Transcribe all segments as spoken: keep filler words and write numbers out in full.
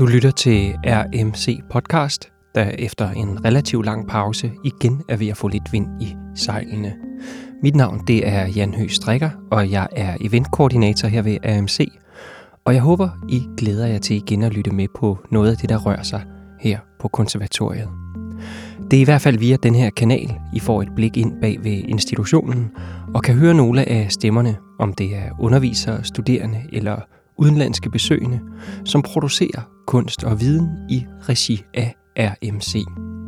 Du lytter til R M C Podcast, der efter en relativt lang pause igen er ved at få lidt vind i sejlene. Mit navn det er Jan Høgh Strikker, og jeg er eventkoordinator her ved R M C. Og jeg håber, I glæder jer til igen at lytte med på noget af det, der rører sig her på konservatoriet. Det er i hvert fald via den her kanal, I får et blik ind bag ved institutionen, og kan høre nogle af stemmerne, om det er undervisere, studerende eller udenlandske besøgende, som producerer kunst og viden i regi af R M C.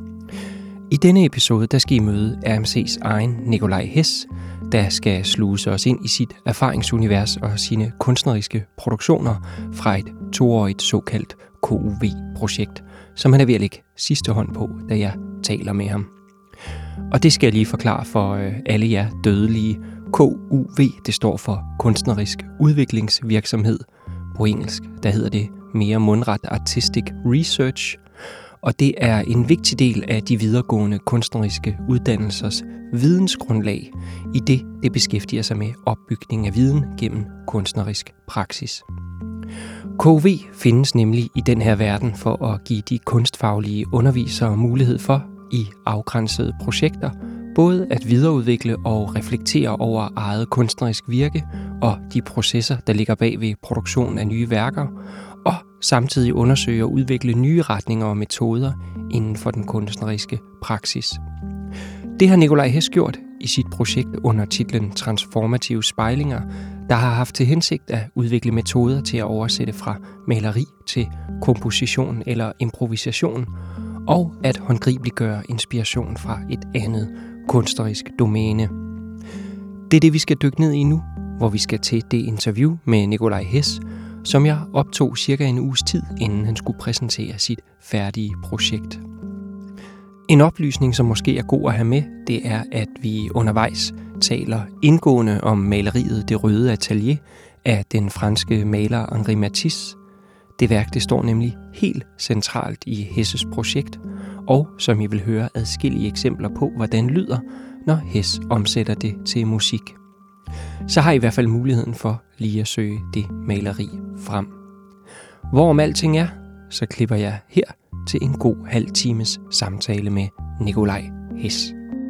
I denne episode der skal I møde R M C's egen Nikolaj Hess, der skal sluse os ind i sit erfaringsunivers og sine kunstneriske produktioner fra et toårigt såkaldt K U V-projekt, som han er ved at lægge sidste hånd på, da jeg taler med ham. Og det skal jeg lige forklare for øh, alle jer dødelige. K U V, det står for Kunstnerisk Udviklingsvirksomhed. På engelsk, der hedder det mere mundret Artistic Research. Og det er en vigtig del af de videregående kunstneriske uddannelsers vidensgrundlag, i det det beskæftiger sig med opbygning af viden gennem kunstnerisk praksis. K U V findes nemlig i den her verden for at give de kunstfaglige undervisere mulighed for, i afgrænsede projekter, både at videreudvikle og reflektere over eget kunstnerisk virke og de processer, der ligger bag ved produktion af nye værker, og samtidig undersøge og udvikle nye retninger og metoder inden for den kunstneriske praksis. Det har Nikolaj Hess gjort i sit projekt under titlen Transformative Spejlinger, der har haft til hensigt at udvikle metoder til at oversætte fra maleri til komposition eller improvisation, og at håndgribeliggøre inspiration fra et andet kunstnerisk domæne. Det er det, vi skal dykke ned i nu, hvor vi skal til det interview med Nikolaj Hess, som jeg optog cirka en uges tid, inden han skulle præsentere sit færdige projekt. En oplysning, som måske er god at have med, det er, at vi undervejs taler indgående om maleriet Det Røde Atelier af den franske maler Henri Matisse. Det værk det står nemlig helt centralt i Hesses projekt, og som I vil høre adskillige eksempler på, hvordan lyder, når Hess omsætter det til musik. Så har I i hvert fald muligheden for lige at søge det maleri frem. Hvorom alting er, så klipper jeg her til en god halv times samtale med Nikolaj Hess.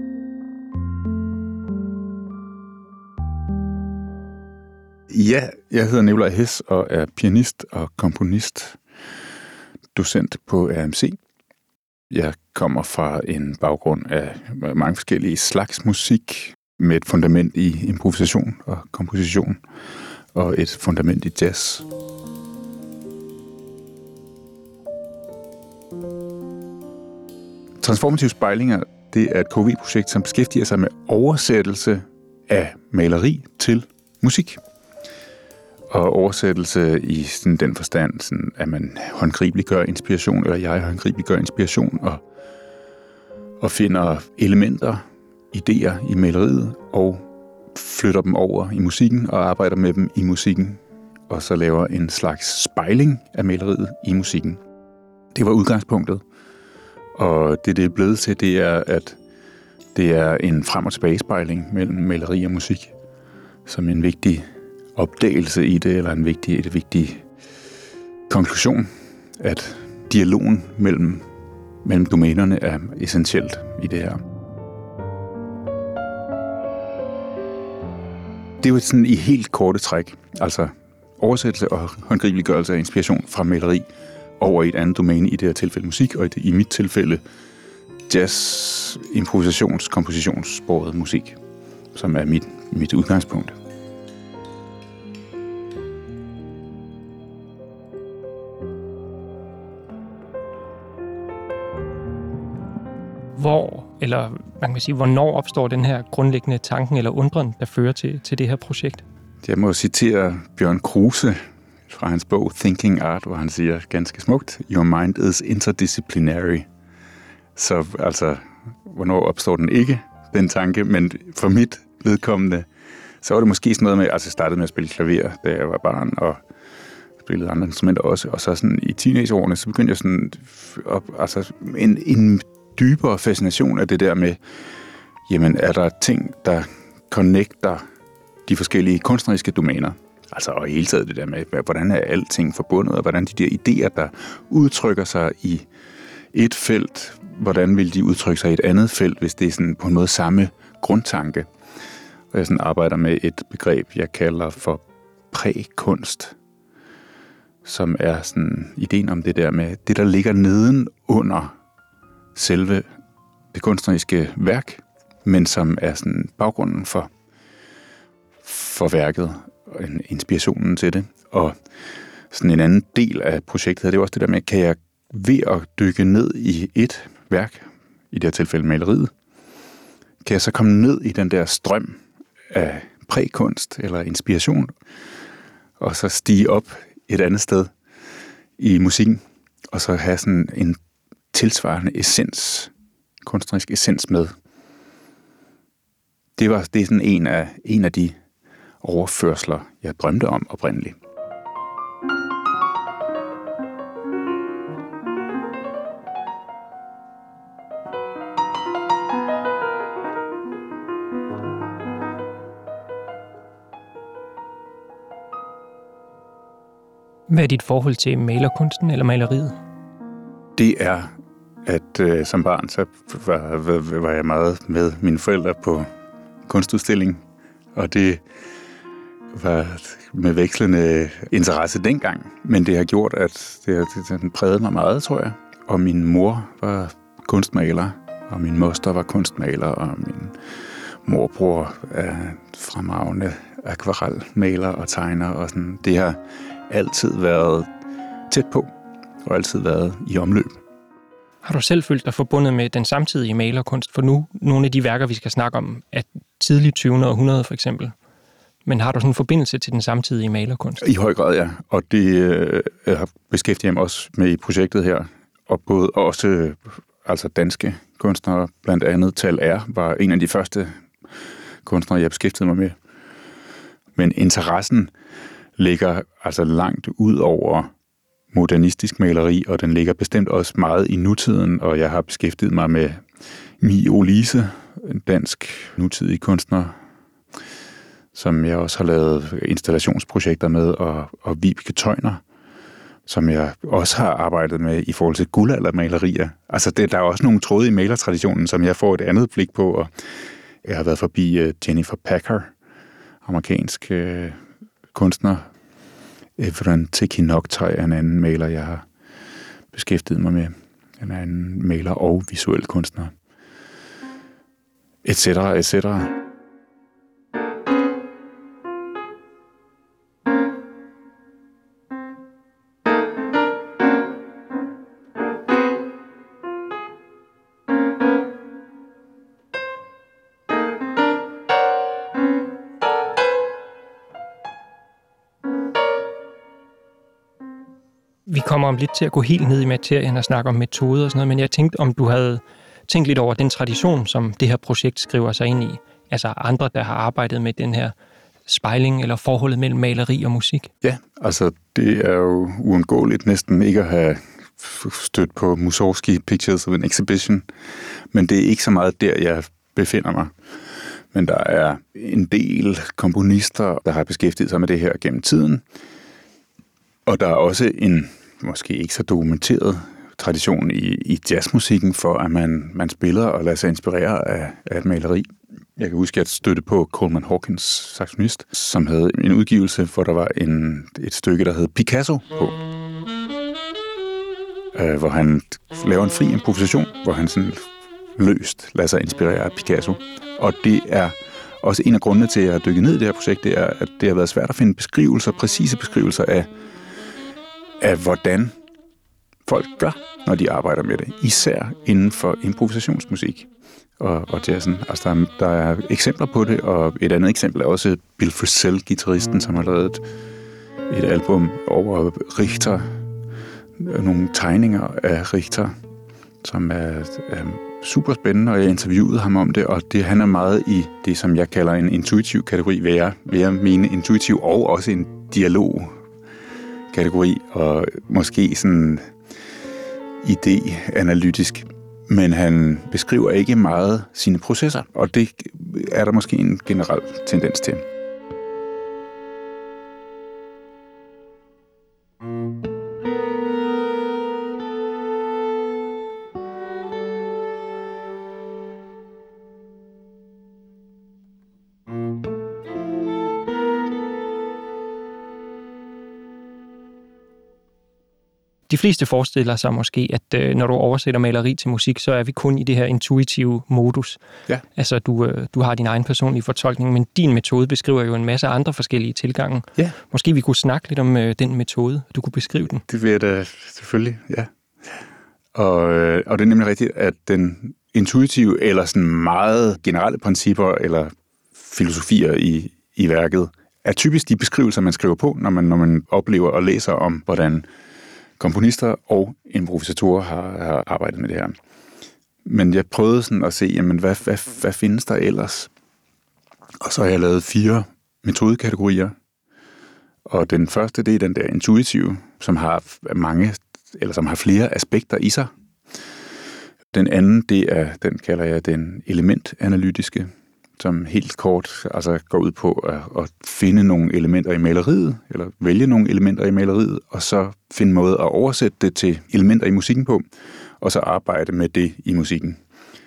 Ja, jeg hedder Nikolaj Hess og er pianist og komponist, docent på R M C. Jeg kommer fra en baggrund af mange forskellige slags musik med et fundament i improvisation og komposition og et fundament i jazz. Transformative Spejlinger, det er et K U V-projekt, som beskæftiger sig med oversættelse af maleri til musik. Og oversættelse i sådan den forstand, sådan, at man håndgribeliggør inspiration, eller jeg håndgribeliggør inspiration, og, og finder elementer, idéer i maleriet, og flytter dem over i musikken, og arbejder med dem i musikken, og så laver en slags spejling af maleriet i musikken. Det var udgangspunktet, og det, det er blevet til, det er, at det er en frem- og tilbagespejling mellem maleri og musik, som en vigtig opdagelse i det, eller en vigtig, et vigtig konklusion, at dialogen mellem, mellem domænerne er essentielt i det her. Det er jo sådan i helt korte træk, altså oversættelse og håndgribeliggørelse af inspiration fra maleri over i et andet domæne, i det her tilfælde musik, og i mit tilfælde jazz, improvisations-, kompositionssporet musik, som er mit, mit udgangspunkt. Hvor, eller man kan sige, hvornår opstår den her grundlæggende tanken eller undren, der fører til, til det her projekt? Jeg må citere Bjørn Kruse fra hans bog Thinking Art, hvor han siger ganske smukt, Your mind is interdisciplinary. Så altså, hvornår opstår den ikke, den tanke, men for mit vedkommende, så var det måske sådan noget med, altså jeg startede med at spille klaver, da jeg var barn, og spillede andre instrumenter også, og så sådan i teenageårene, så begyndte jeg sådan, op, altså en, en dybere fascination af det der med, jamen er der ting, der connecter de forskellige kunstneriske domæner? Altså, og hele taget det der med, hvordan er alting forbundet, og hvordan de der idéer, der udtrykker sig i et felt, hvordan vil de udtrykke sig i et andet felt, hvis det er sådan på en måde samme grundtanke. Og jeg sådan arbejder med et begreb, jeg kalder for prækunst, som er sådan ideen om det der med det, der ligger neden under selve det kunstneriske værk, men som er sådan baggrunden for, for værket, og inspirationen til det. Og sådan en anden del af projektet, det er også det der med, kan jeg ved at dykke ned i et værk, i det her tilfælde maleriet, kan jeg så komme ned i den der strøm af prækunst eller inspiration, og så stige op et andet sted i musikken, og så have sådan en tilsvarende essens, kunstnerisk essens med. Det var det er sådan en af, en af de overførsler, jeg drømte om oprindeligt. Hvad er dit forhold til malerkunsten eller maleriet? Det er, at øh, som barn, så var, var, var jeg meget med mine forældre på kunstudstilling, og det var med vekslende interesse dengang, men det har gjort, at det, det, det prægede mig meget, tror jeg. Og min mor var kunstmaler, og min moster var kunstmaler, og min morbror er fremragende akvarelmaler og tegner, og sådan. Det har altid været tæt på, og altid været i omløb. Har du selv følt dig forbundet med den samtidige malerkunst? For nu, nogle af de værker, vi skal snakke om, er tidligt tyvende århundrede for eksempel. Men har du sådan en forbindelse til den samtidige malerkunst? I høj grad, ja. Og det øh, har beskæftiget mig også med i projektet her. Og både også øh, altså danske kunstnere, blandt andet Tal R, var en af de første kunstnere, jeg beskæftigede mig med. Men interessen ligger altså langt ud over modernistisk maleri, og den ligger bestemt også meget i nutiden, og jeg har beskæftiget mig med Mie Olise, en dansk nutidig kunstner, som jeg også har lavet installationsprojekter med, og, og Vibeke Tøjner, som jeg også har arbejdet med i forhold til guldaldermalerier. Altså, det, der er også nogle tråde i malertraditionen, som jeg får et andet blik på, og jeg har været forbi uh, Jennifer Packer, amerikansk uh, kunstner. Evren Tekinoktaj er en anden maler, jeg har beskæftiget mig med. Han er en maler og visuel kunstner. Et cetera, et cetera. Vi kommer om lidt til at gå helt ned i materien og snakke om metoder og sådan noget, men jeg tænkte, om du havde tænkt lidt over den tradition, som det her projekt skriver sig ind i. Altså andre, der har arbejdet med den her spejling eller forholdet mellem maleri og musik. Ja, altså det er jo uundgåeligt næsten ikke at have stødt på Mussorgsky Pictures of an Exhibition, men det er ikke så meget der, jeg befinder mig. Men der er en del komponister, der har beskæftiget sig med det her gennem tiden. Og der er også en, måske ikke så dokumenteret tradition i, i jazzmusikken for, at man, man spiller og lader sig inspirere af, af et maleri. Jeg kan huske, at jeg støtte på Coleman Hawkins, saxofonist, som havde en udgivelse, hvor der var en, et stykke, der hed Picasso på. Øh, hvor han laver en fri improvisation, hvor han sådan løst lader sig inspirere af Picasso. Og det er også en af grundene til, at jeg har dykket ned i det her projekt, det er, at det har været svært at finde beskrivelser, præcise beskrivelser af, af hvordan folk gør, når de arbejder med det. Især inden for improvisationsmusik og, og jazzen. Altså, der, er, der er eksempler på det, og et andet eksempel er også Bill Frisell, guitaristen, som har lavet et, et album over Richter. Nogle tegninger af Richter, som er, er super spændende, og jeg interviewede ham om det, og det, han er meget i det, som jeg kalder en intuitiv kategori, vil jeg, vil jeg mene intuitiv, og også en dialog-kategori, og måske sådan idé-analytisk. Men han beskriver ikke meget sine processer, og det er der måske en generel tendens til. De fleste forestiller sig måske, at øh, når du oversætter maleri til musik, så er vi kun i det her intuitive modus. Ja. Altså, du, øh, du har din egen personlige fortolkning, men din metode beskriver jo en masse andre forskellige tilgange. Ja. Måske vi kunne snakke lidt om øh, den metode, du kunne beskrive den. Det vil jeg da selvfølgelig, ja. Og, øh, og det er nemlig rigtigt, at den intuitive eller sådan meget generelle principper eller filosofier i, i værket er typisk de beskrivelser, man skriver på, når man, når man oplever og læser om, hvordan komponister og improvisatorer har, har arbejdet med det her. Men jeg prøvede sådan at se, jamen, hvad, hvad, hvad findes der ellers? Og så har jeg lavet fire metodekategorier. Og den første, det er den der intuitive, som har mange, eller som har flere aspekter i sig. Den anden, det er, den kalder jeg den elementanalytiske, som helt kort altså går ud på at, at finde nogle elementer i maleriet, eller vælge nogle elementer i maleriet, og så finde måde at oversætte det til elementer i musikken på, og så arbejde med det i musikken.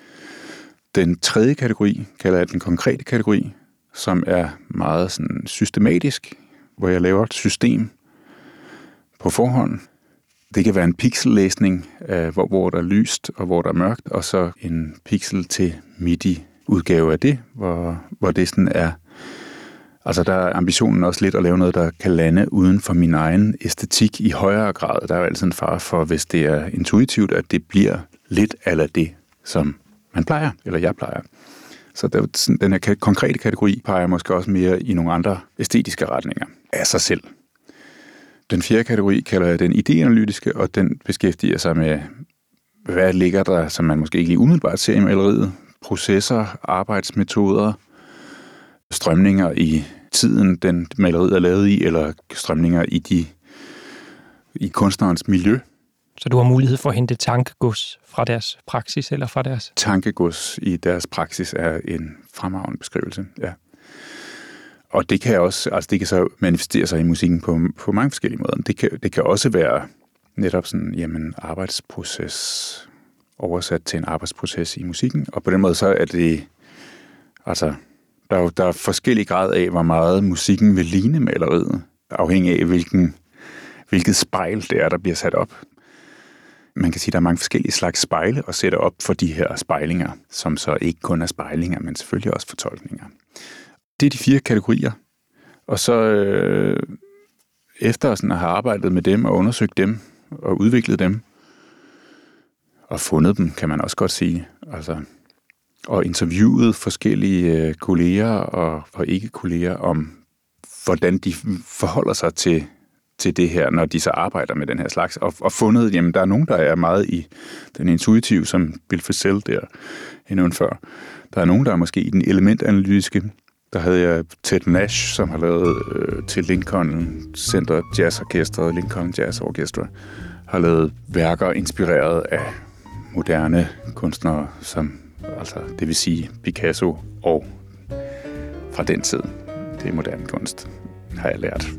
Den tredje kategori kalder jeg den konkrete kategori, som er meget sådan systematisk, hvor jeg laver et system på forhånd. Det kan være en pixellæsning, hvor, hvor der er lyst og hvor der er mørkt, og så en pixel til midi udgave af det, hvor, hvor det sådan er, altså der er ambitionen også lidt at lave noget, der kan lande uden for min egen æstetik i højere grad. Der er jo altid en fare for, hvis det er intuitivt, at det bliver lidt ala det, som man plejer, eller jeg plejer. Så der, sådan, den her konkrete kategori peger måske også mere i nogle andre æstetiske retninger af sig selv. Den fjerde kategori kalder jeg den idéanalytiske, og den beskæftiger sig med, hvad ligger der, som man måske ikke lige umiddelbart ser i maleriet, processer, arbejdsmetoder, strømninger i tiden, den maleriet er lavet i, eller strømninger i, de, i kunstnerens miljø. Så du har mulighed for at hente tankegods fra deres praksis, eller fra deres... Tankegods i deres praksis er en fremragende beskrivelse, ja. Og det kan også, altså det kan så manifestere sig i musikken på, på mange forskellige måder. Det kan, det kan også være netop sådan, jamen, arbejdsproces oversat til en arbejdsproces i musikken, og på den måde så er det, altså, der er, der er forskellige grad af, hvor meget musikken vil ligne maleriet, afhængig af, hvilken, hvilket spejl det er, der bliver sat op. Man kan sige, at der er mange forskellige slags spejle at sætte op for de her spejlinger, som så ikke kun er spejlinger, men selvfølgelig også fortolkninger. Det er de fire kategorier, og så øh, efter sådan at have arbejdet med dem og undersøgt dem og udviklet dem, og fundet dem, kan man også godt sige, altså, og interviewet forskellige øh, kolleger og, og ikke-kolleger om, hvordan de forholder sig til, til det her, når de så arbejder med den her slags, og, og fundet, jamen der er nogen, der er meget i den intuitive, som Bill Frisell der endnu før. Der er nogen, der er måske i den elementanalytiske. Der havde jeg Ted Nash, som har lavet øh, til Lincoln Center Jazz Orchestra, Lincoln Jazz Orchestra, har lavet værker inspireret af moderne kunstnere, som altså det vil sige Picasso og fra den tid. Det er moderne kunst, har jeg lært.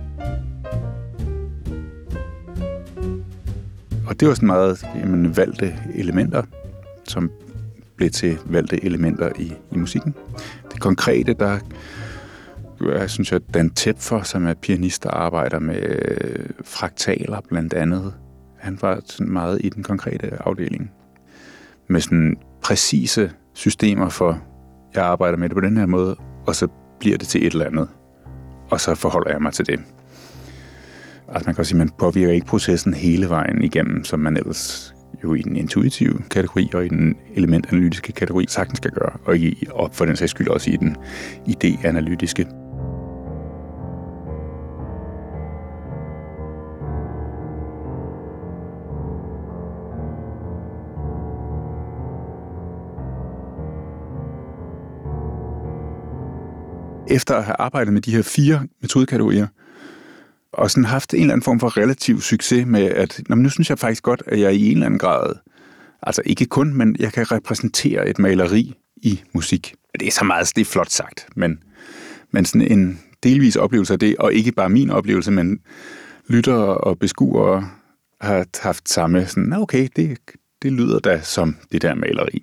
Og det var sådan meget jamen, valgte elementer, som blev til valgte elementer i, i musikken. Det konkrete, der jeg synes jeg, Dan Tepfer, som er pianist, der arbejder med fraktaler blandt andet. Han var sådan meget i den konkrete afdeling. Med sådan præcise systemer for, jeg arbejder med det på den her måde, og så bliver det til et eller andet. Og så forholder jeg mig til det. Altså man kan også sige, at man påvirker ikke processen hele vejen igennem, som man ellers jo i den intuitive kategori og i den elementanalytiske kategori sagtens skal gøre, og, i, og for den sags skyld også i den idéanalytiske. Efter at have arbejdet med de her fire metodekategorier, og sådan haft en eller anden form for relativ succes med, at nå, nu synes jeg faktisk godt, at jeg i en eller anden grad, altså ikke kun, men jeg kan repræsentere et maleri i musik. Det er så meget, det er flot sagt, men, men sådan en delvis oplevelse af det, og ikke bare min oplevelse, men lyttere og beskuere har haft samme sådan, okay, det, det lyder da som det der maleri.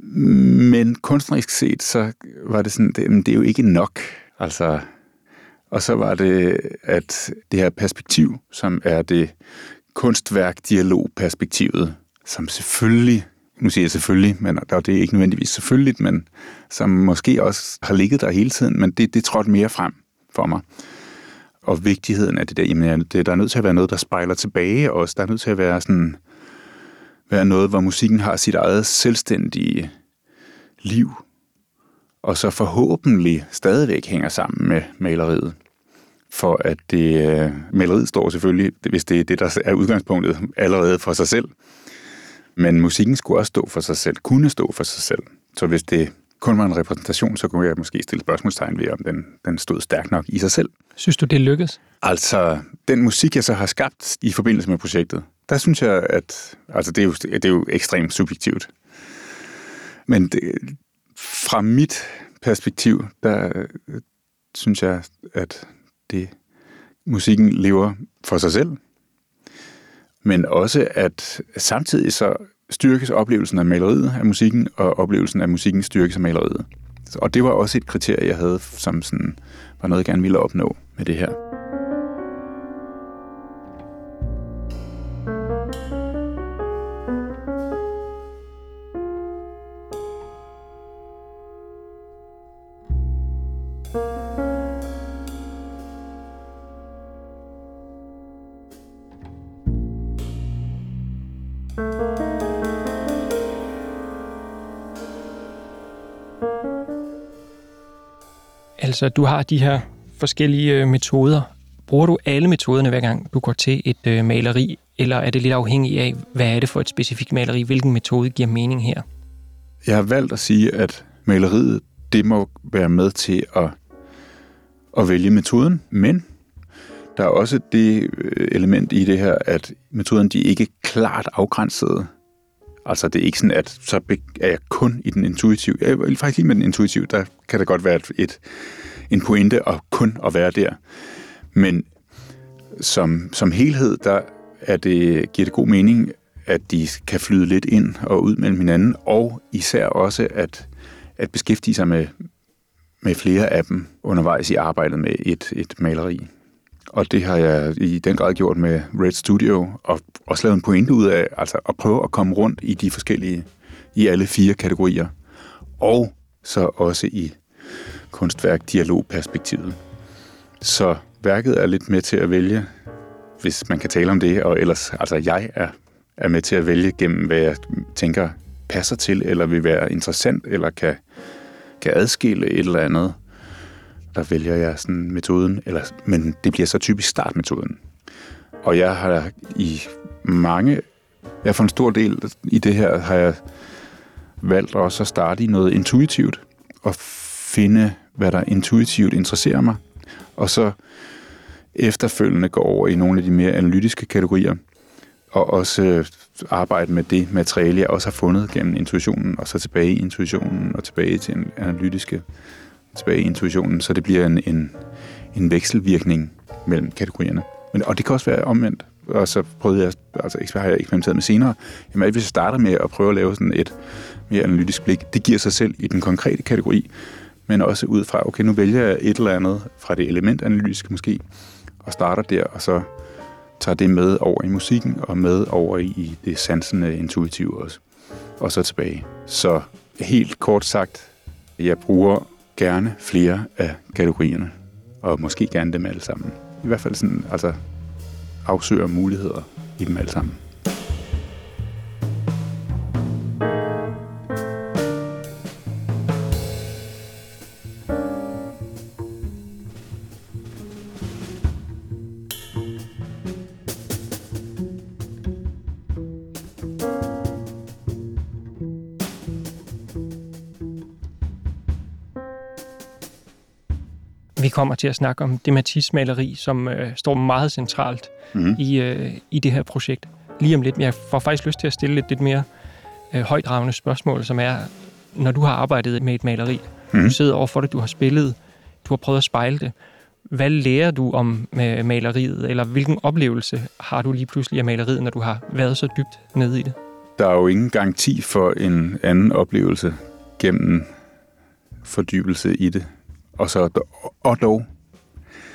Men kunstnerisk set, så var det sådan, det, det er jo ikke nok, altså. Og så var det, at det her perspektiv, som er det kunstværk-dialog-perspektivet, som selvfølgelig, nu siger jeg selvfølgelig, men der er det ikke nødvendigvis selvfølgeligt, men som måske også har ligget der hele tiden, men det, det trådte mere frem for mig. Og vigtigheden af det der, jamen, det, der er nødt til at være noget, der spejler tilbage også. Der er nødt til at være sådan, være noget, hvor musikken har sit eget selvstændige liv, og så forhåbentlig stadigvæk hænger sammen med maleriet. For at det, maleriet står selvfølgelig, hvis det er det, der er udgangspunktet, allerede for sig selv. Men musikken skulle også stå for sig selv, kunne stå for sig selv. Så hvis det kun var en repræsentation, så kunne jeg måske stille spørgsmålstegn ved, om den, den stod stærkt nok i sig selv. Synes du, det lykkedes? Altså, den musik, jeg så har skabt i forbindelse med projektet, der synes jeg, at altså, det, er jo, det er jo ekstremt subjektivt. Men det, fra mit perspektiv, der synes jeg, at det, musikken lever for sig selv, men også at samtidig så styrkes oplevelsen af maleriet af musikken, og oplevelsen af musikken styrkes af maleriet. Og det var også et kriterie, jeg havde, som sådan, var noget, jeg gerne ville opnå med det her. Altså, du har de her forskellige metoder. Bruger du alle metoderne, hver gang du går til et øh, maleri, eller er det lidt afhængigt af, hvad er det for et specifikt maleri? Hvilken metode giver mening her? Jeg har valgt at sige, at maleriet, det må være med til at, at vælge metoden, men der er også det element i det her, at metoden, de er ikke klart afgrænsede. Altså, det er ikke sådan, at så er jeg kun i den intuitive. Jeg vil faktisk lige med den intuitive, der kan det godt være et, et, en pointe at kun at være der. Men som, som helhed, der er det, giver det god mening, at de kan flyde lidt ind og ud mellem hinanden, og især også at, at beskæftige sig med, med flere af dem undervejs i arbejdet med et, et maleri. Og det har jeg i den grad gjort med Red Studio, og også lavet en pointe ud af, altså at prøve at komme rundt i de forskellige, i alle fire kategorier, og så også i kunstværk-dialog-perspektivet. Så værket er lidt med til at vælge, hvis man kan tale om det, og ellers, altså jeg er, er med til at vælge gennem, hvad jeg tænker passer til, eller vil være interessant, eller kan, kan adskille et eller andet. Der vælger jeg sådan metoden, eller, men det bliver så typisk startmetoden. Og jeg har i mange, jeg for en stor del i det her, har jeg valgt også at starte i noget intuitivt, og finde, hvad der intuitivt interesserer mig, og så efterfølgende gå over i nogle af de mere analytiske kategorier, og også arbejde med det materiale, jeg også har fundet gennem intuitionen, og så tilbage i intuitionen, og tilbage til en analytiske tilbage i intuitionen, så det bliver en, en, en vekselvirkning mellem kategorierne. Men, og det kan også være omvendt. Og så prøvede jeg, altså har jeg eksperimenteret med senere, jamen hvis jeg starter med at prøve at lave sådan et mere analytisk blik, det giver sig selv i den konkrete kategori, men også ud fra, okay, nu vælger jeg et eller andet fra det elementanalytiske måske, og starter der, og så tager det med over i musikken, og med over i det sansende intuitive også, og så tilbage. Så helt kort sagt, jeg bruger gerne flere af kategorierne, og måske gerne dem alle sammen. I hvert fald sådan, altså afsøger muligheder i dem alle sammen. Vi kommer til at snakke om det Matisse-maleri, som øh, står meget centralt mm. i, øh, i det her projekt. Lige om lidt, men jeg får faktisk lyst til at stille et lidt mere øh, højtravende spørgsmål, som er, når du har arbejdet med et maleri, mm. du sidder overfor det, du har spillet, du har prøvet at spejle det. Hvad lærer du om øh, maleriet, eller hvilken oplevelse har du lige pludselig af maleriet, når du har været så dybt nede i det? Der er jo ingen garanti for en anden oplevelse gennem fordybelse i det. Og, så, og dog,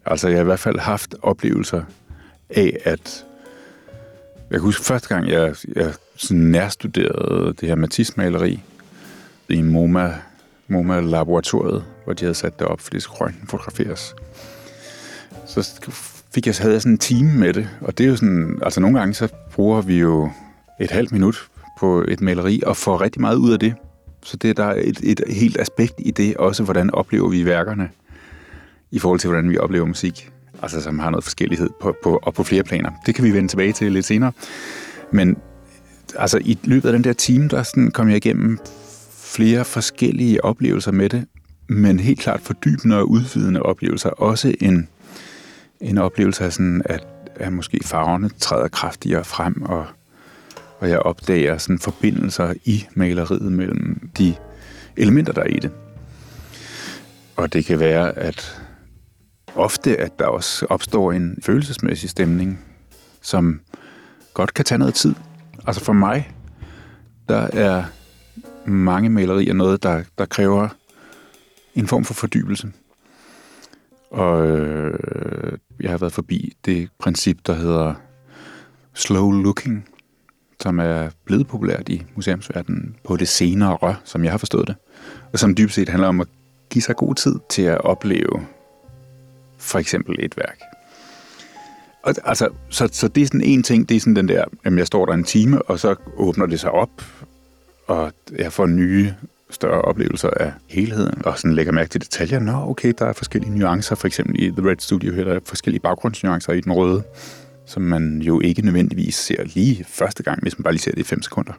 Altså, jeg har i hvert fald haft oplevelser af, at jeg kan huske første gang, jeg, jeg sådan nærstuderede det her Matisse-maleri i MoMA, MoMA-laboratoriet, hvor de havde sat det op, fordi det skulle fotograferes. Så fik jeg, havde jeg sådan en time med det, og det er jo sådan, altså nogle gange så bruger vi jo et halvt minut på et maleri, og får rigtig meget ud af det. Så det, der er et, et helt aspekt i det, også hvordan oplever vi værkerne, i forhold til hvordan vi oplever musik, altså som har noget forskellighed på, på, og på flere planer. Det kan vi vende tilbage til lidt senere. Men altså i løbet af den der time, der sådan kom jeg igennem flere forskellige oplevelser med det, men helt klart fordybende og udvidende oplevelser. Også en, en oplevelse af, sådan, at, at måske farverne træder kraftigere frem, og, og jeg opdager sådan forbindelser i maleriet mellem de elementer, der er i det. Og det kan være, at ofte, at der også opstår en følelsesmæssig stemning, som godt kan tage noget tid. Altså for mig, der er mange malerier noget, der, der kræver en form for fordybelse. Og øh, jeg har været forbi det princip, der hedder slow looking, som er blevet populært i museumsverdenen på det senere, som jeg har forstået det. Og som dybest set handler om at give sig god tid til at opleve for eksempel et værk. Og, altså, så, så det er sådan en ting, det er sådan den der, jamen jeg står der en time, og så åbner det sig op, og jeg får nye, større oplevelser af helheden, og sådan lægger mærke til detaljer. Nå, okay, der er forskellige nuancer, for eksempel i The Red Studio her, der er forskellige baggrundsnuancer i den røde, som man jo ikke nødvendigvis ser lige første gang, hvis man bare lige ser det i fem sekunder.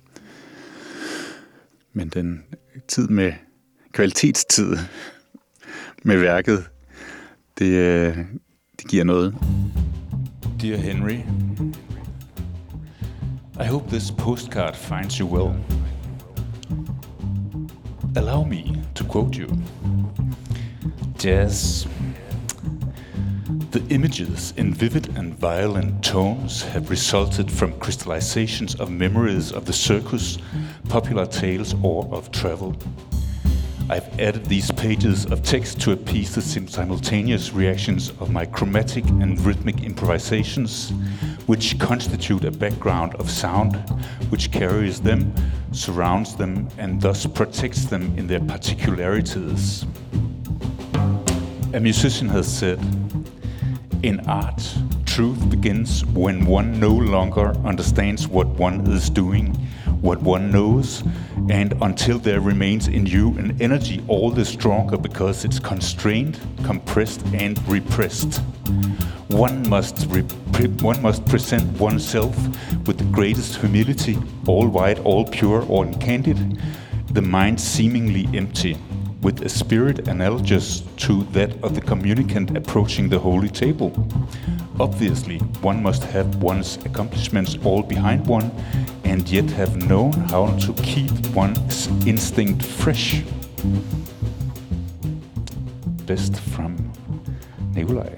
Men den tid med kvalitetstid med værket, det, det giver noget. Dear Henry, I hope this postcard finds you well. Allow me to quote you. Jazz. The images in vivid and violent tones have resulted from crystallizations of memories of the circus, popular tales, or of travel. I've added these pages of text to a piece that seems simultaneous reactions of my chromatic and rhythmic improvisations, which constitute a background of sound, which carries them, surrounds them, and thus protects them in their particularities. A musician has said, "In art, truth begins when one no longer understands what one is doing, what one knows, and until there remains in you an energy all the stronger because it's constrained, compressed, and repressed. One must rep- one must present oneself with the greatest humility, all white, all pure, all candid, the mind seemingly empty, with a spirit analogous to that of the communicant approaching the holy table. Obviously, one must have one's accomplishments all behind one, and yet have known how to keep one's instinct fresh." Best from Nikolaj.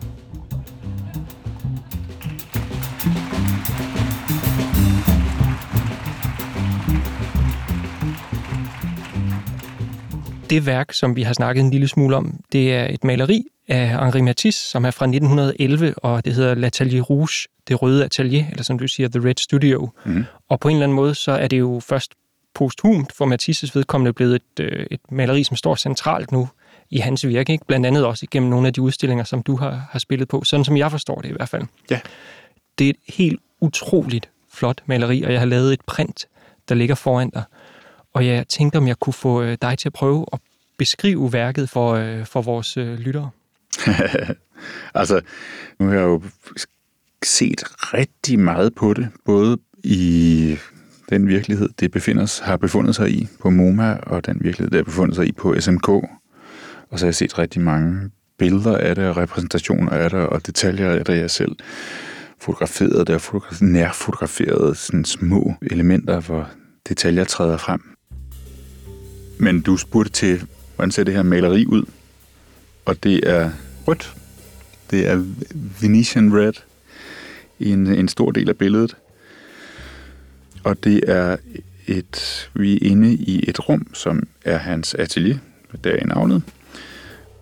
Det værk, som vi har snakket en lille smule om, det er et maleri af Henri Matisse, som er fra nitten elleve, og det hedder L'Atelier Rouge, det røde atelier, eller som du siger, The Red Studio. Mm. Og på en eller anden måde, så er det jo først posthumt for Matisses vedkommende blevet et, øh, et maleri, som står centralt nu i hans virke, ikke? Blandt andet også igennem nogle af de udstillinger, som du har, har spillet på, sådan som jeg forstår det i hvert fald. Ja. Det er et helt utroligt flot maleri, og jeg har lavet et print, der ligger foran dig. Og jeg tænkte, om jeg kunne få dig til at prøve at beskrive værket for, for vores lyttere. Altså, nu har jeg jo set rigtig meget på det, både i den virkelighed, det befinder, har befundet sig i på MoMA, og den virkelighed, det har befundet sig i på S M K. Og så har jeg set rigtig mange billeder af det, og repræsentationer af det, og detaljer af det, jeg selv fotograferet det, og nærfotograferet sådan små elementer, hvor detaljer træder frem. Men du spurgte til, hvordan ser det her maleri ud? Og det er rødt. Det er Venetian Red i en, en stor del af billedet. Og det er et, vi er inde i et rum, som er hans atelier, der er navnet.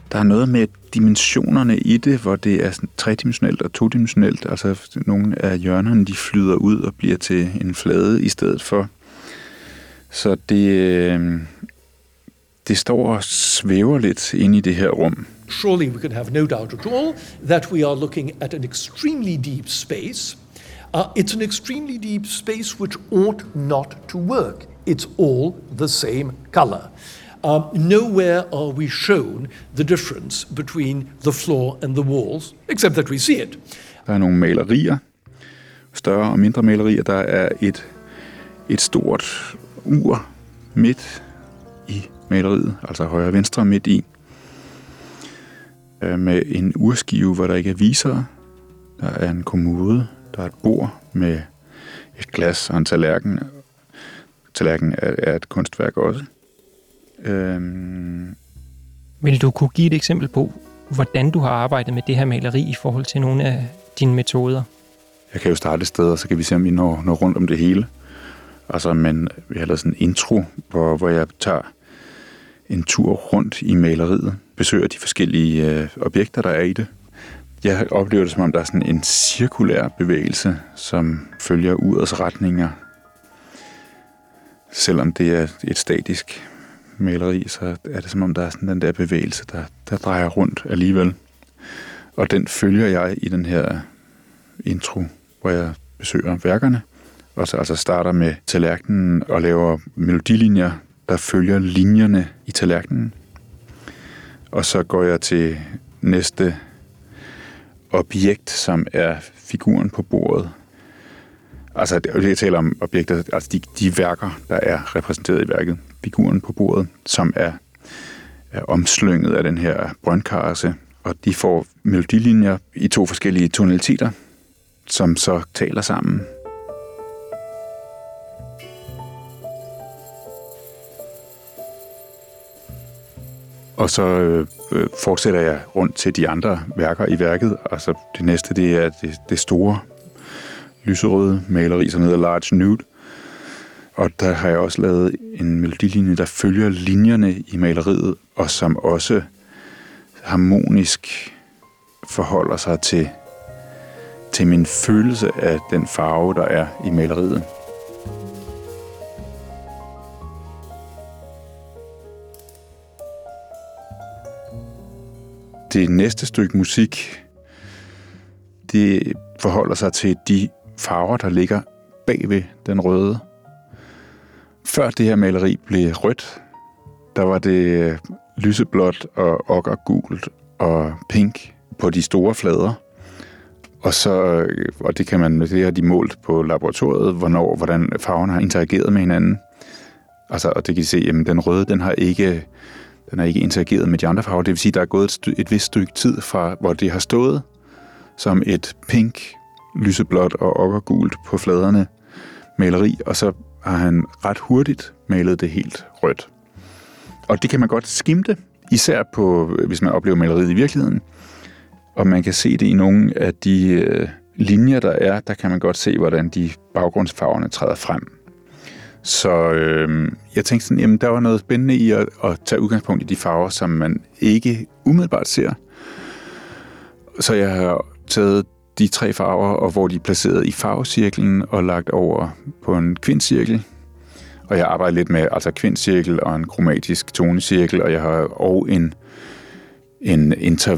Der er noget med dimensionerne i det, hvor det er sådan tredimensionelt og todimensionelt. Altså nogle af hjørnerne, de flyder ud og bliver til en flade i stedet for. Så det, det står og svæver lidt inde i det her rum. Surely we can have no doubt at all that we are looking at an extremely deep space. Uh, it's an extremely deep space which ought not to work. It's all the same color. Um, nowhere are we shown the difference between the floor and the walls, except that we see it. Der er nogle malerier, større og mindre malerier. Der er et, et stort ur midt i maleriet, altså højre og venstre midt i, med en urskive, hvor der ikke er visere. Der er en kommode, der er et bord med et glas og en tallerken. Tallerken er, er et kunstværk også. Øhm. Vil du kunne give et eksempel på, hvordan du har arbejdet med det her maleri i forhold til nogle af dine metoder? Jeg kan jo starte et sted, og så kan vi se, om vi når, når rundt om det hele. Altså, men vi har lavet sådan en intro, hvor, hvor jeg tager en tur rundt i maleriet, besøger de forskellige øh, objekter, der er i det. Jeg oplever det, som om der er sådan en cirkulær bevægelse, som følger urets retninger. Selvom det er et statisk maleri, så er det som om, der er sådan den der bevægelse, der, der drejer rundt alligevel. Og den følger jeg i den her intro, hvor jeg besøger værkerne. Og så altså starter med tallerkenen og laver melodilinjer, der følger linjerne i tallerkenen. Og så går jeg til næste objekt, som er figuren på bordet. Altså, jeg taler om objekter, altså de, de værker, der er repræsenteret i værket. Figuren på bordet, som er, er omslynget af den her brøndkarse, og de får melodilinjer i to forskellige tonaliteter, som så taler sammen. Og så øh, fortsætter jeg rundt til de andre værker i værket. Altså det næste, det er det, det store lyserøde maleri, som hedder Large Nude. Og der har jeg også lavet en melodilinje, der følger linjerne i maleriet, og som også harmonisk forholder sig til, til min følelse af den farve, der er i maleriet. Det næste stykke musik, det forholder sig til de farver, der ligger bagved den røde. Før det her maleri blev rødt, der var det lyseblåt og okkergult og pink på de store flader. Og så, og det kan man, det har de målt på laboratoriet, hvornår, hvordan farverne har interageret med hinanden. Altså, og det kan I se, jamen den røde, den har ikke, den har ikke interageret med de andre farver. Det vil sige, der er gået et, st- et vist stykke tid fra, hvor det har stået som et pink, lyseblåt og okkergult på fladerne maleri, og så har han ret hurtigt malet det helt rødt. Og det kan man godt skimte, især på, hvis man oplever maleriet i virkeligheden. Og man kan se det i nogle af de øh, linjer, der er, der kan man godt se, hvordan de baggrundsfarverne træder frem. Så øh, jeg tænkte sådan, jamen der var noget spændende i at, at tage udgangspunkt i de farver, som man ikke umiddelbart ser. Så jeg har taget de tre farver, og hvor de er placeret i farvecirklen og lagt over på en kvintcirkel. Og jeg arbejder lidt med altså kvintcirkel og en kromatisk tonecirkel, og jeg har og en, en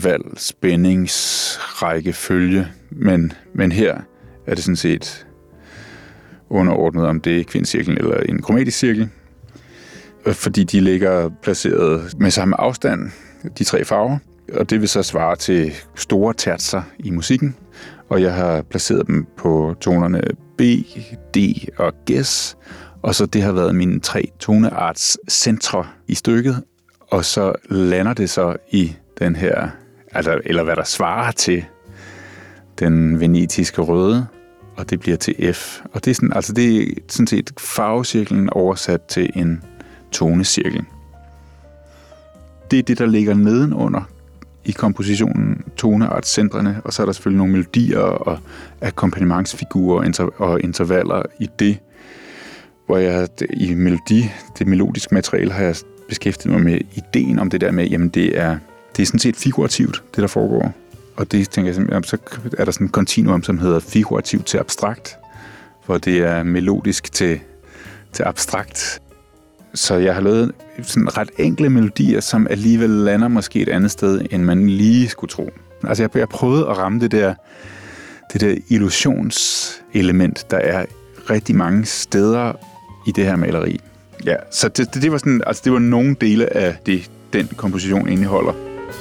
intervalspændingsrækkefølge. Men, men her er det sådan set underordnet, om det er kvintcirklen eller en kromatisk cirkel. Fordi de ligger placeret med samme afstand, de tre farver. Og det vil så svare til store tertser i musikken. Og jeg har placeret dem på tonerne B, D og Ges. Og så det har været mine tre tonearts centre i stykket. Og så lander det så i den her, altså, eller hvad der svarer til den venetiske røde. Og det bliver til F. Og det er sådan, altså det er sådan set farvecirklen oversat til en tonecirkel. Det er det, der ligger nedenunder i kompositionen, toneartscentrene, og så er der selvfølgelig nogle melodier og akkompagnementsfigurer og intervaller i det, hvor jeg i melodi, det melodiske materiale, har jeg beskæftiget mig med ideen om det der med, jamen det er, det er sådan set figurativt, det der foregår. Og det tænker jeg, så er der sådan en kontinuum, som hedder figurativt til abstrakt, hvor det er melodisk til, til abstrakt. Så jeg har lavet sådan ret enkle melodier, som alligevel lander måske et andet sted, end man lige skulle tro. Altså jeg, jeg prøvede at ramme det der, det der illusionselement, der er rigtig mange steder i det her maleri. Ja, så det, det, det var sådan, altså det var nogle dele af det, den komposition indeholder.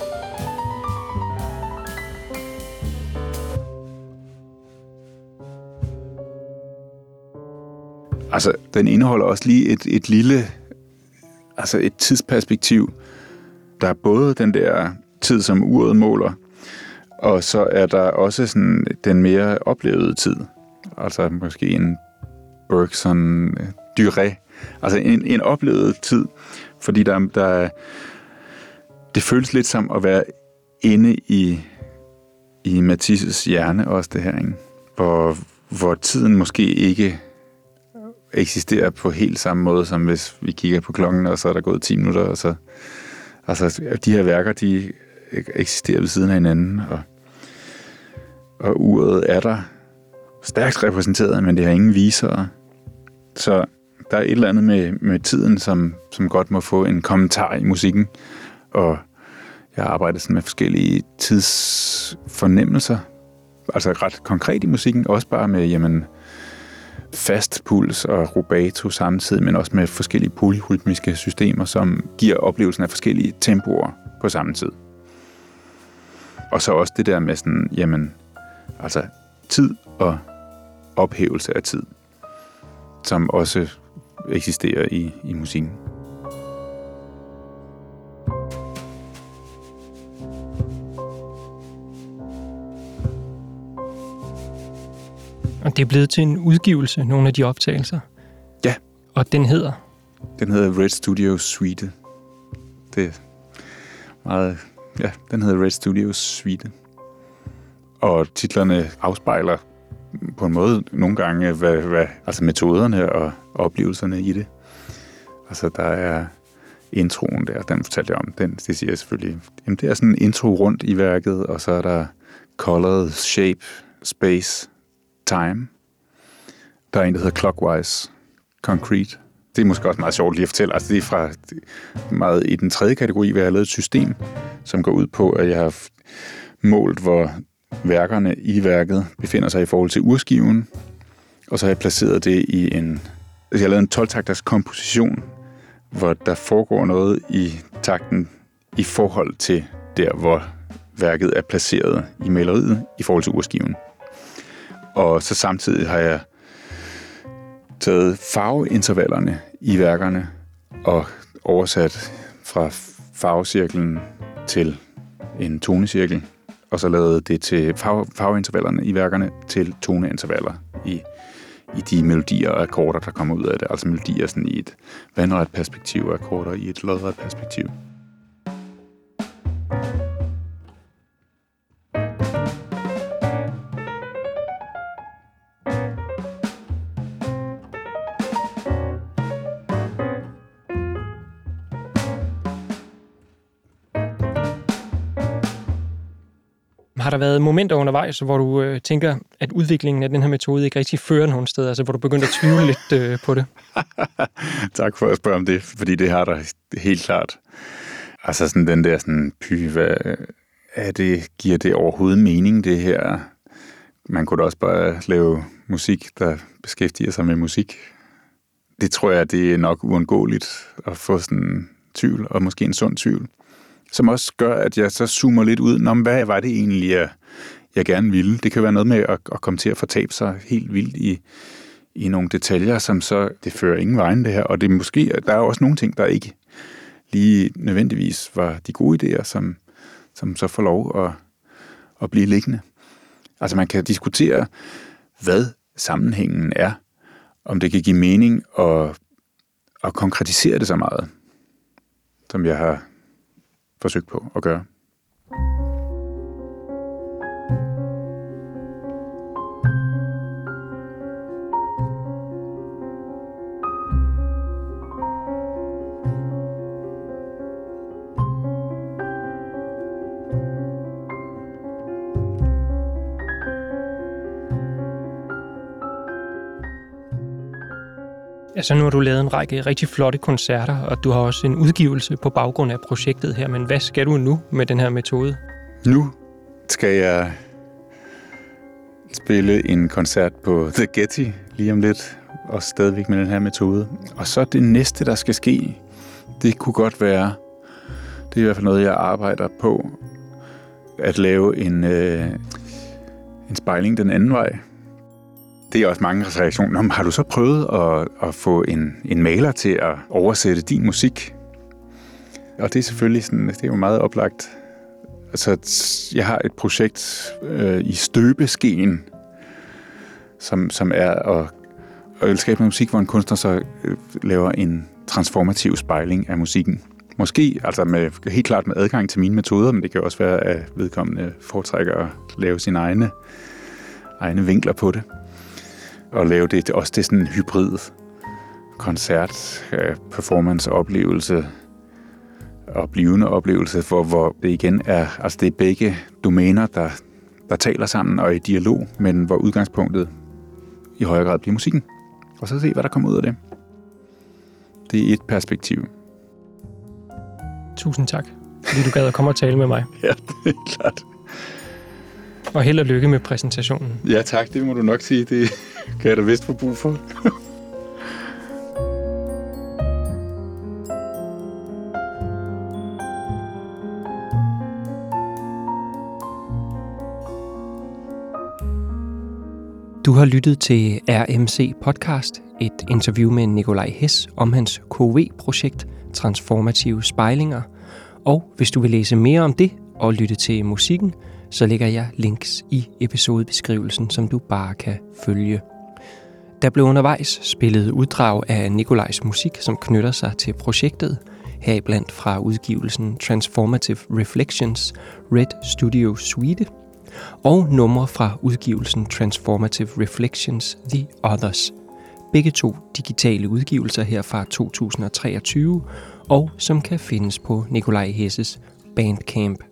Altså, den indeholder også lige et, et lille, altså et tidsperspektiv. Der er både den der tid, som uret måler, og så er der også sådan den mere oplevede tid. Altså måske en Bergson Duré. Altså en, en oplevet tid, fordi der, der, det føles lidt som at være inde i, i Matisses hjerne også det her, ikke? Hvor, hvor tiden måske ikke eksisterer på helt samme måde, som hvis vi kigger på klokken, og så er der gået ti minutter, og så altså, de her værker, de eksisterer ved siden af hinanden, og, og uret er der stærkt repræsenteret, men det har ingen visere. Så der er et eller andet med, med tiden, som, som godt må få en kommentar i musikken, og jeg arbejder sådan med forskellige tidsfornemmelser, altså ret konkret i musikken, også bare med, jamen, fast puls og rubato samtidig, men også med forskellige polyrytmiske systemer, som giver oplevelsen af forskellige tempoer på samme tid. Og så også det der med sådan, jamen, altså tid og ophævelse af tid, som også eksisterer i, i musikken. Og det er blevet til en udgivelse, nogle af de optagelser. Ja. Og den hedder? Den hedder Red Studio Suite. Det er meget... Ja, den hedder Red Studio Suite. Og titlerne afspejler på en måde nogle gange, hvad, hvad, altså metoderne og oplevelserne i det. Altså, der er introen der, den fortalte jeg om. Den, det siger jeg selvfølgelig. Jamen, det er sådan en intro rundt i værket, og så er der colored, shape, space, time. Der er en, der hedder Clockwise Concrete. Det er måske også meget sjovt lige at fortælle. Altså, det er fra meget i den tredje kategori, hvor jeg har lavet et system, som går ud på, at jeg har målt, hvor værkerne i værket befinder sig i forhold til urskiven, og så har jeg placeret det i en... Altså, jeg har lavet en tolv-takters komposition, hvor der foregår noget i takten i forhold til der, hvor værket er placeret i maleriet i forhold til urskiven. Og så samtidig har jeg taget farveintervallerne i værkerne og oversat fra farvecirklen til en tonecirkel, og så lavet det til farve, farveintervallerne i værkerne til toneintervaller i, i de melodier og akkorder, der kommer ud af det. Altså melodier sådan i et vandret perspektiv og akkorder i et lodret perspektiv. Har der været momenter undervejs, hvor du øh, tænker, at udviklingen af den her metode ikke rigtig fører nogen steder, altså hvor du begynder at tvivle lidt øh, på det? Tak for at spørge om det, fordi det har der helt klart. Altså sådan den der sådan, py, hvad er det, giver det overhovedet mening, det her? Man kunne da også bare lave musik, der beskæftiger sig med musik. Det tror jeg, det er nok uundgåeligt at få sådan en tvivl, og måske en sund tvivl, som også gør, at jeg så zoomer lidt ud. Nå, hvad var det egentlig, jeg, jeg gerne ville? Det kan være noget med at, at komme til at fortabe sig helt vildt i, i nogle detaljer, som så, det fører ingen vejen det her. Og det er måske, der er også nogle ting, der ikke lige nødvendigvis var de gode idéer, som, som så får lov at, at blive liggende. Altså man kan diskutere, hvad sammenhængen er, om det kan give mening at, at konkretisere det så meget, som jeg har forsøgt på at gøre. Altså nu har du lavet en række rigtig flotte koncerter, og du har også en udgivelse på baggrund af projektet her, men hvad skal du nu med den her metode? Nu skal jeg spille en koncert på The Getty lige om lidt, og stadigvæk med den her metode. Og så det næste, der skal ske, det kunne godt være, det er i hvert fald noget, jeg arbejder på, at lave en, øh, en spejling den anden vej. Det er også mange reaktioner. Har du så prøvet at, at få en, en maler til at oversætte din musik? Og det er selvfølgelig sådan, det er jo meget oplagt. Altså, jeg har et projekt øh, i støbeskeen, som, som er at, at skabe musik, hvor en kunstner så øh, laver en transformativ spejling af musikken. Måske altså med, helt klart med adgang til mine metoder, men det kan også være, at vedkommende foretrækker at lave sine egne, egne vinkler på det. Og lave det også til sådan en hybrid koncert, performance, oplevelse og blivende oplevelse, for hvor det igen er, altså det er begge domæner, der, der taler sammen og er i dialog, men hvor udgangspunktet i højere grad bliver musikken. Og så se, hvad der kommer ud af det. Det er et perspektiv. Tusind tak, fordi du gad at komme og tale med mig. Ja, det er klart. Og held og lykke med præsentationen. Ja tak, det må du nok sige. Det kan jeg da vist få brug for. Du har lyttet til R M C Podcast, et interview med Nikolaj Hess om hans K V-projekt Transformative Spejlinger. Og hvis du vil læse mere om det og lytte til musikken, så lægger jeg links i episodebeskrivelsen, som du bare kan følge. Der blev undervejs spillet uddrag af Nikolajs musik, som knytter sig til projektet, heriblandt fra udgivelsen Transformative Reflections Red Studio Suite, og numre fra udgivelsen Transformative Reflections The Others. Begge to digitale udgivelser her fra to tusind og treogtyve, og som kan findes på Nikolaj Hesses Bandcamp.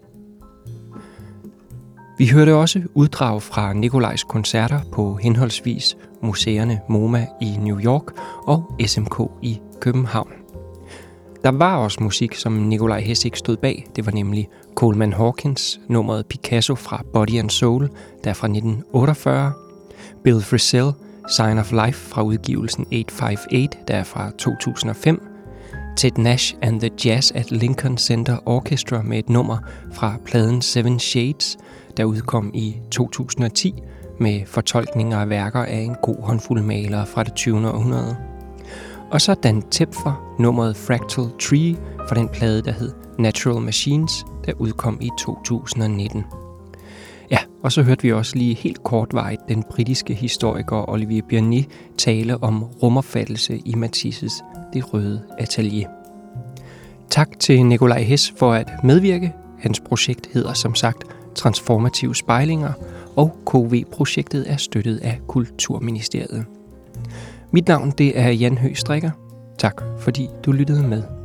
Vi hørte også uddrag fra Nikolajs koncerter på henholdsvis museerne MoMA i New York og S M K i København. Der var også musik, som Nikolaj Hess ikke stod bag. Det var nemlig Coleman Hawkins, nummeret Picasso fra Body and Soul, der er fra nitten otteogfyrre. Bill Frisell, Sign of Life fra udgivelsen otte fem otte, der er fra to tusind og fem. Ted Nash and the Jazz at Lincoln Center Orchestra med et nummer fra pladen Seven Shades, der udkom i to tusind og ti med fortolkninger af værker af en god håndfuld malere fra det tyvende århundrede. Og så Dan Tepfer, nummeret Fractal Tree fra den plade, der hed Natural Machines, der udkom i to tusind og nitten. Ja, og så hørte vi også lige helt kortvarigt den britiske historiker Olivier Bierny tale om rumopfattelse i Matisses Det Røde Atelier. Tak til Nikolaj Hess for at medvirke. Hans projekt hedder som sagt Transformative Spejlinger, og K V-projektet er støttet af Kulturministeriet. Mit navn det er Jan Høgh Strikker. Tak fordi du lyttede med.